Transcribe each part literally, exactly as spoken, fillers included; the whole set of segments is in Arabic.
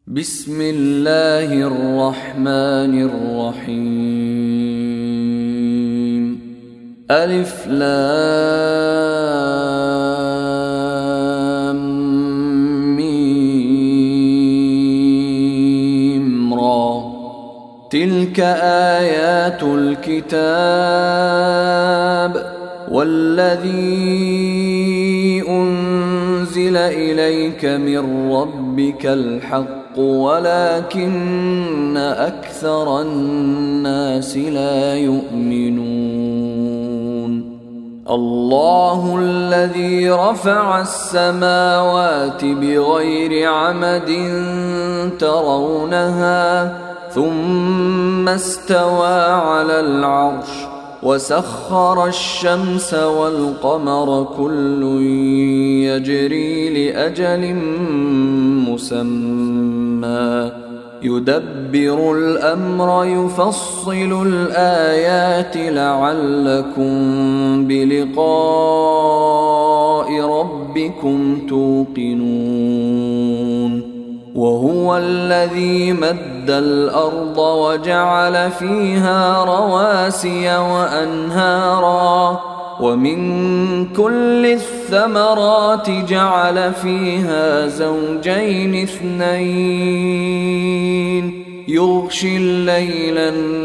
بسم الله الرحمن الرحيم. ألف لام ميم را. تلك آيات الكتاب والذي أنزل إليك من ربك الحق ولكن أكثر الناس لا يؤمنون. الله الذي رفع السماوات بغير عمد ترونها ثم استوى على العرش وسخر الشمس والقمر كل يجري لأجل مسمى يدبر الأمر يفصل الآيات لعلكم بلقاء ربكم توقنون. وهو الذي مد الأرض وجعل فيها رواسي وأنهارا ومن كل الثمرات جعل فيها زوجين اثنين يغشي الليل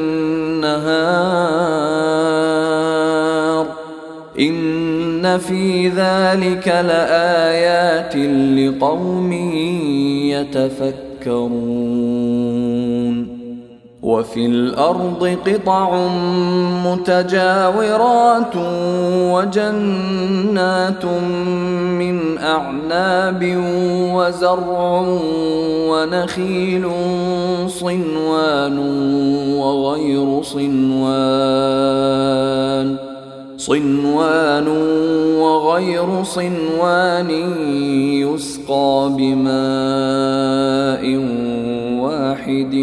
النهار إن في ذلك لآيات لقوم يتفكرون. وفي الأرض قطع متجاورات وجنات من أعناب وزرع ونخيل صنوان وغير صنوان صنوان وغير صنوان يسقى بماء واحد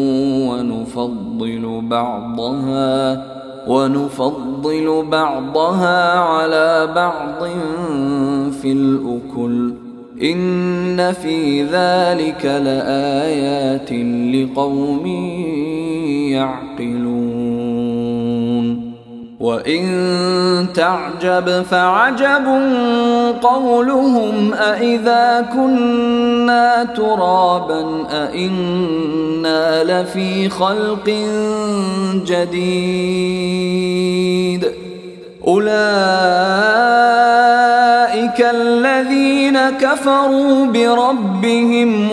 ونفضل بعضها ونفضل بعضها على بعض في الأكل إن في ذلك لآيات لقوم يعقلون. وإن تعجب فعجب قولهم أإذا كنا ترابا أإنا لفي خلق جديد أولئك الذين كفروا بربهم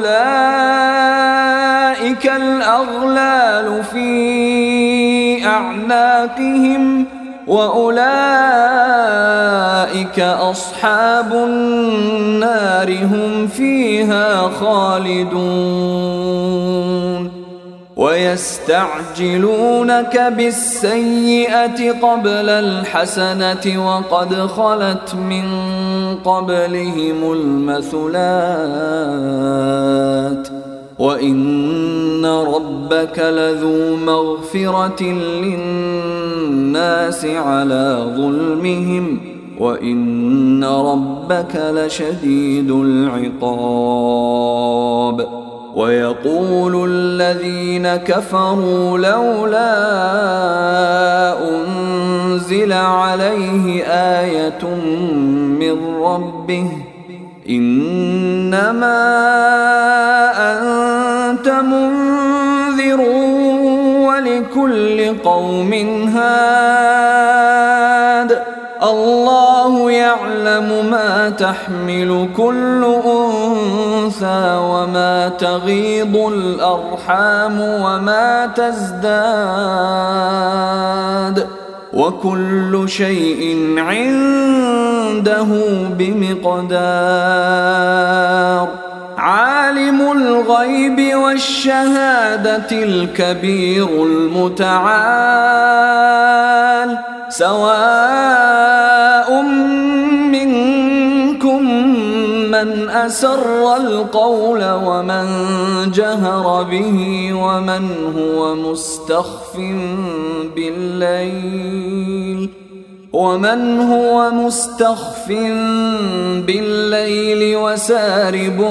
وأولئك الأغلال في أعناقهم وأولئك أصحاب النار هم فيها خالدون. ويستعجلونك بالسيئة قبل الحسنة وقد خلت من قبلهم المثلات وإن ربك لذو مغفرة للناس على ظلمهم وإن ربك لشديد العقاب. ويقول الذين كفروا لولا أنزل عليه آية من ربه إنما أنت منذر ولكل قوم هاد الله يعلم ما تحمل كل أنثى وما تغيض الأرحام وما تزداد وكل شيء عنده بمقدار. عالم الغيب والشهادة الكبير المتعال سواء منكم من أسر القول ومن جهر به ومن هو مستخف بالليل ومن هو مستخف بالليل وسارب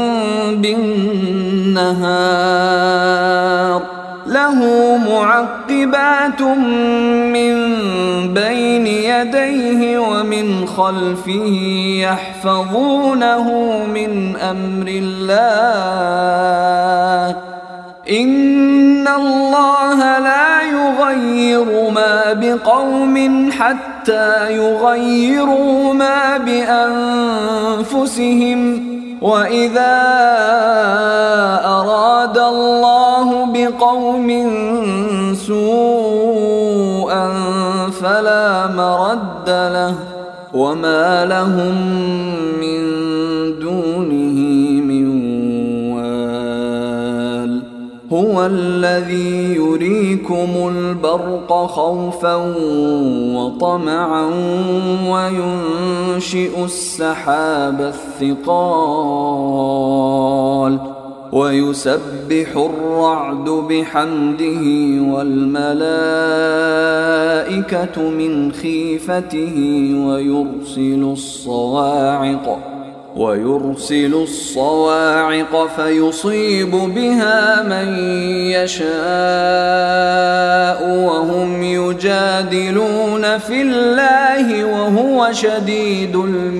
بالنهار له معقبات من بين يديه ومن خلفه يحفظونه من أمر الله إن الله لا يغير ما بقوم حتى يغيروا ما بأنفسهم وإذا أراد الله بقوم سوءا فلا مرد له وما لهم من دونه من وال هو الذي يريكم البرق خوفا وطمعا وينشئ السحاب الثقال ويسبح الرعد بحمده والملائكة من خيفته ويرسل الصواعق ويرسل الصواعق فيصيب بها من يشاء وهم يجادلون في الله وهو شديد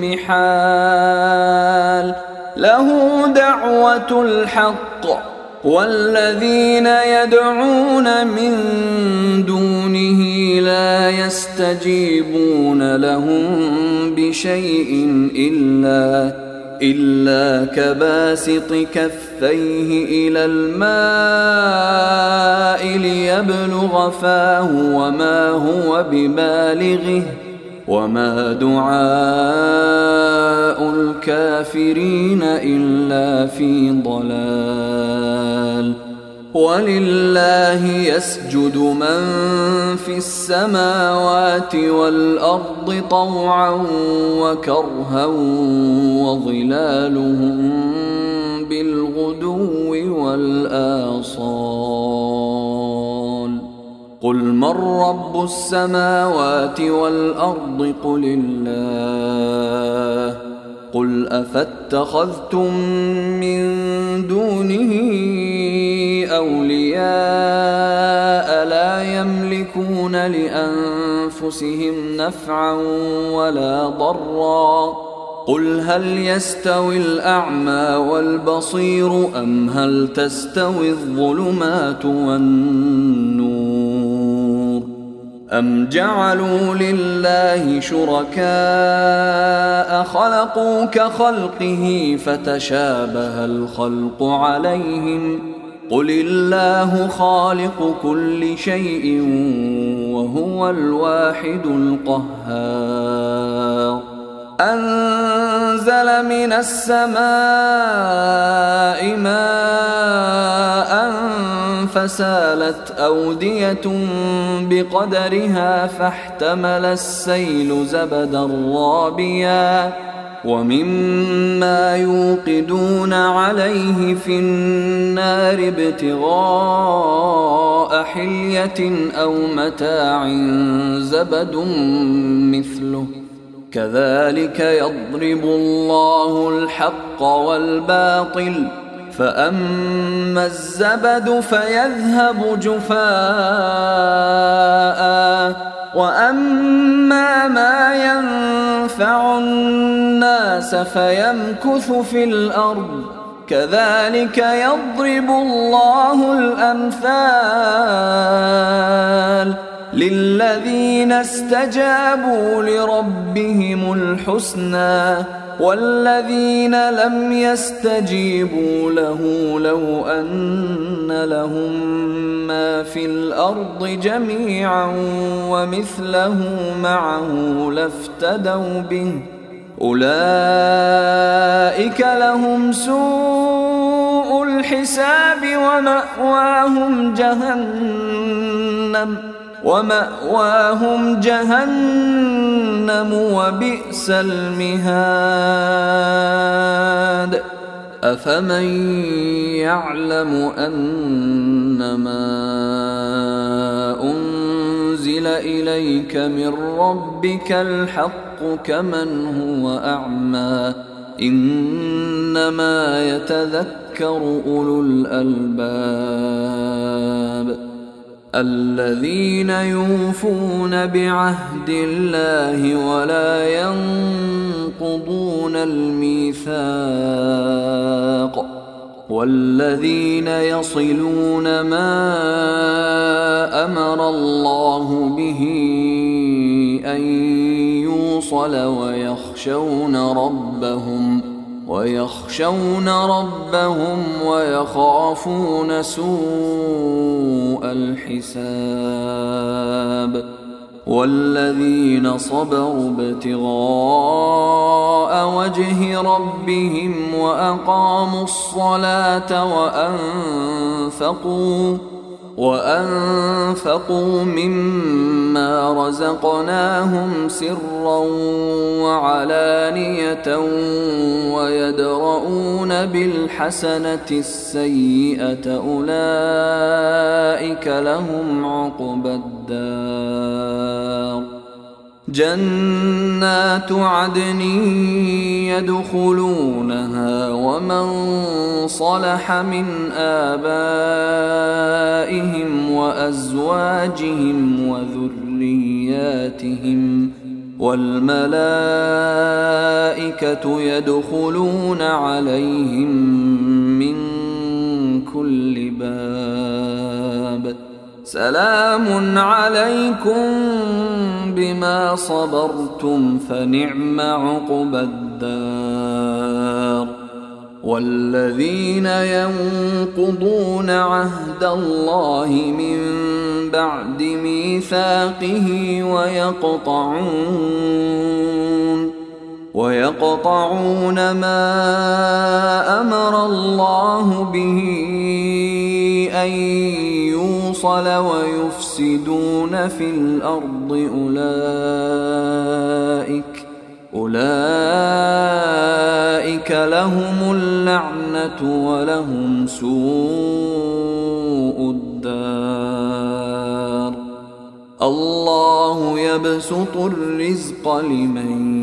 المحال له دعوة الحق والذين يدعون من دونه لا يستجيبون لهم بشيء إلا إلا كباسط كفيه إلى الماء ليبلغ فاه وما هو ببالغه وما دعاء الكافرين إلا في ضلال ولله يسجد من في السماوات والأرض طوعا وكرها وظلالهم بالغدو والآصال قل من رب السماوات والأرض قل الله قل أفاتخذتم من دونه أولياء لا يملكون لأنفسهم نفعا ولا ضرا قل هل يستوي الأعمى والبصير أم هل تستوي الظلمات والنور أم جعلوا لله شركاء خلقوا كخلقه فتشابه الخلق عليهم قل الله خالق كل شيء وهو الواحد القهار أنزل من السماء ماء فسالت أودية بقدرها فاحتمل السيل زبدا رابيا ومما يوقدون عليه في النار ابتغاء حلية أو متاع زبد مثله كذلك يضرب الله الحق والباطل فأما الزبد فيذهب جفاء وأما ما ينفع الناس فيمكث في الأرض كذلك يضرب الله الأمثال للذين استجابوا لربهم الحسنى والذين لم يستجيبوا له لو أن لهم ما في الأرض جميعا ومثله معه لافتدوا به أولئك لهم سوء الحساب ومأواهم جهنم ومأواهم جهنم وبئس المهاد أفمن يعلم أنما أنزل أنزل إليك من ربك الحق كمن هو أعمى إنما يتذكر أولو الألباب الذين يوفون بعهد الله ولا ينقضون الميثاق والذين يصلون ما أمر الله به أن يوصل ويخشون ربهم ويخشون ربهم ويخافون سوء الحساب والذين صبروا ابتغاء وجه ربهم وأقاموا الصلاة وأنفقوا وأنفقوا مما رزقناهم سرا وعلانية ويدرؤون بالحسنة السيئة أولئك لهم عقبى الدار جنات عدن يدخلونها ومن صلح من آبائهم وأزواجهم وذرياتهم والملائكة يدخلون عليهم من كل باب سلام عليكم بما صبرتم فنعم عقبى الدار والذين ينقضون عهد الله من بعد ميثاقه ويقطعون ويقطعون ما أمر الله به أن يوصل ويفسدون في الأرض أولئك أولئك لهم اللعنة ولهم سوء الدار الله يبسط الرزق لمن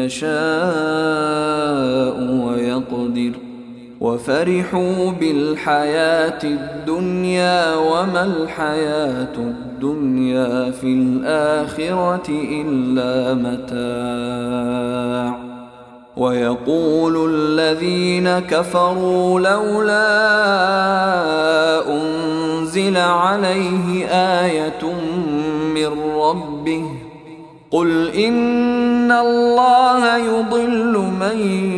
يشاء ويقدر وفرحوا بالحياة الدنيا وما الحياة الدنيا في الآخرة إلا متاع ويقول الذين كفروا لولا أنزل عليه آية من ربه قل إن الله يضل من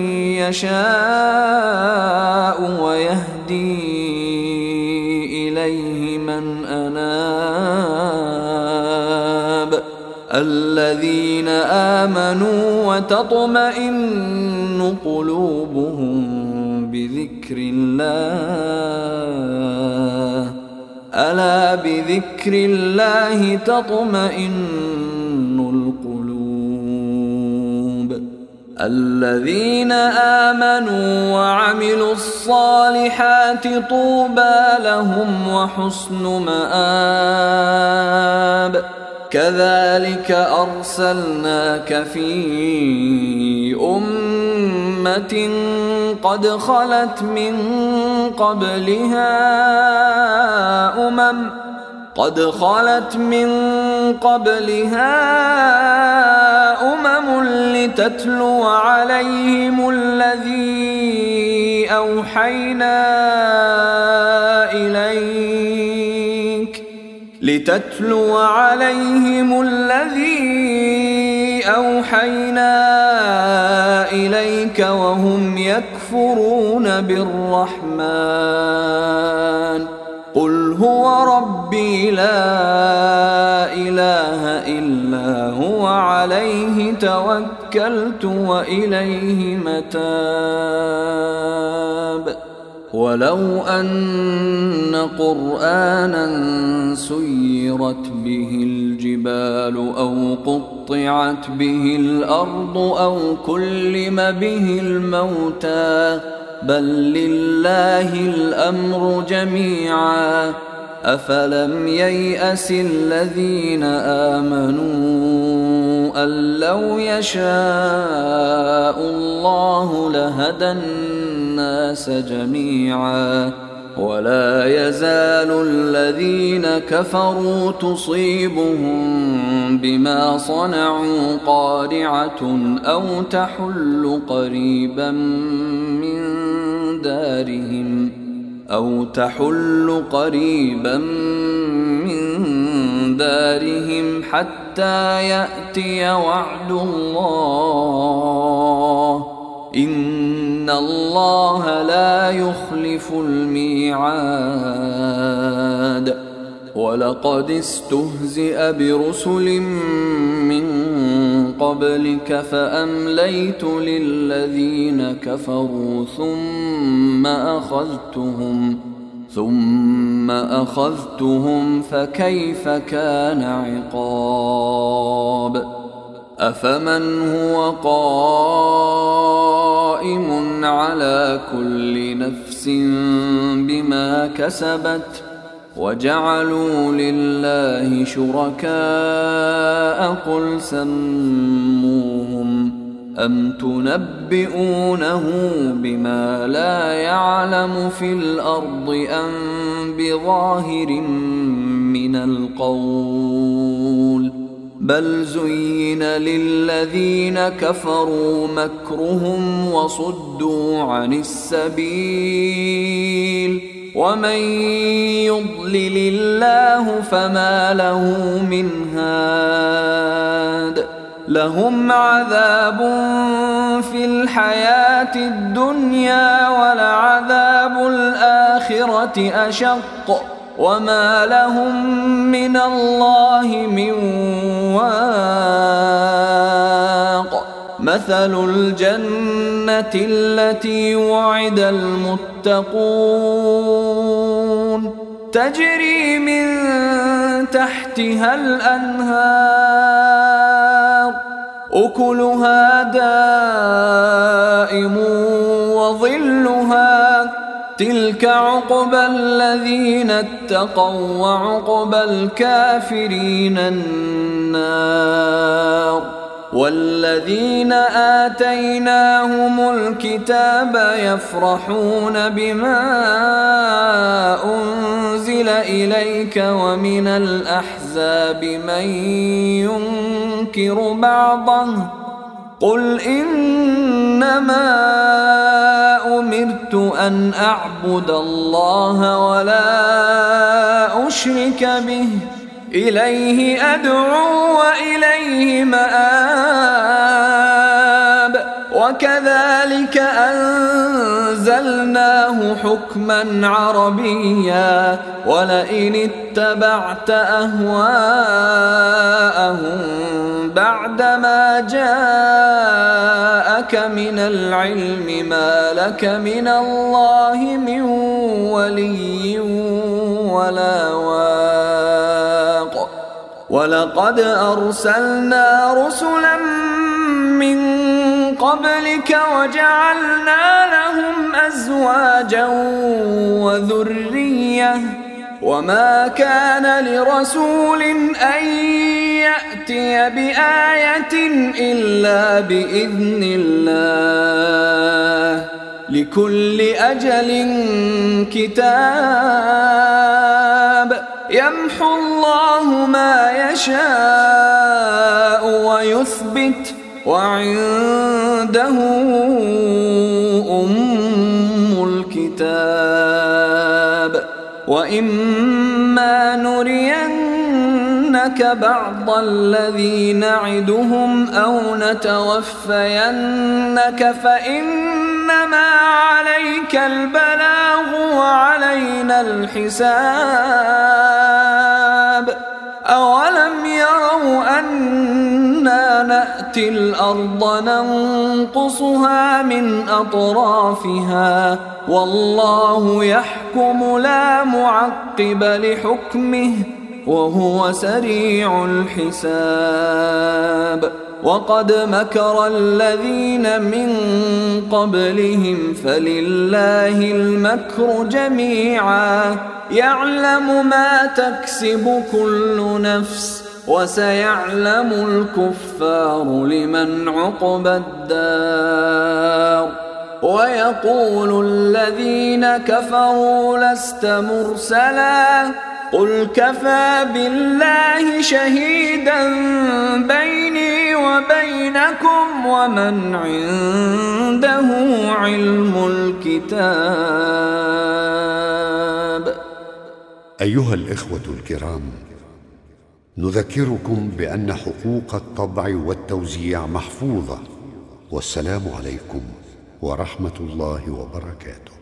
يشاء ويهدي إليه من أناب الذين آمنوا وتطمئن قلوبهم بذكر الله ألا بذكر الله تطمئن القلوب الذين آمنوا وعملوا الصالحات طوبى لهم وحسن مآب كذلك أرسلناك في أمة قد خلت من قبلها أمم قد خلت من قبلها أمم لتتلو عليهم الذي أوحينا إليك لتتلو عليهم الذي أوحينا إليك وهم يكفرون بالرحمن قل هو ربي لا إله إلا هو عليه توكلت وإليه متاب ولو أن قرآنا سيرت به الجبال أو قطعت به الأرض أو كلم به الموتى بل لله الأمر جميعا أفلم ييأس الذين آمنوا أن لو يشاء الله لهدى الناس جميعا ولا يزال الذين كفروا تصيبهم بما صنعوا قارعة أو تحل قريبا من دارهم أو تحل قريبا من دارهم حتى يأتي وعد الله إن الله لا يخلف الميعاد ولقد استهزئ برسل من قبلك فأمليت للذين كفروا ثم أخذتهم ثم أخذتهم فكيف كان عقاب أفمن هو قائم على كل نفس بما كسبت وجعلوا لله شركاء قل سموهم أم تنبئونه بما لا يعلم في الأرض أم بظاهر من القول بل زين للذين كفروا مكرهم وصدوا عن السبيل ومن يضلل الله فما له من هاد لهم عذاب في الحياة الدنيا ولعذاب الآخرة أشق وما لهم من الله من واق مثل الجنة التي وعد المتقون تجري من تحتها الأنهار أكلها دائم وظلها تلك عقبى الذين اتقوا وعقبى الكافرين النار والذين آتيناهم الكتاب يفرحون بما أنزل إليك ومن الأحزاب من ينكر بعضه قل إنما أمرت أن أعبد الله ولا أشرك به إليه أدعو وإليه مآب وكذلك أنزلناه حكما عربيا ولئن اتبعت أهواءهم بعدما جاءك من العلم ما لك من الله من ولي ولا واق ولقد أرسلنا رسلا من قبلك وجعلنا لهم أزواجا وذرية وما كان لرسول أن يأتي بآية إلا بإذن الله لكل أجل كتاب يمحو الله ما يشاء ويثبت وعنده أم الكتاب وإما نرينك بعض الذي نعدهم أو نتوفينك فإنما عليك البلاغ وعلينا الحساب أولم يروا أنا نأتي الأرض ننقصها من أطرافها والله يحكم لا معقب لحكمه وهو سريع الحساب وقد مكر الذين من قبلهم فلله المكر جميعا يعلم ما تكسب كل نفس وسيعلم الكفار لمن عقبى الدار ويقول الذين كفروا لست مرسلا قل كفى بالله شهيدا بيني وبينكم ومن عنده علم الكتاب. أيها الإخوة الكرام، نذكركم بأن حقوق الطبع والتوزيع محفوظة، والسلام عليكم ورحمة الله وبركاته.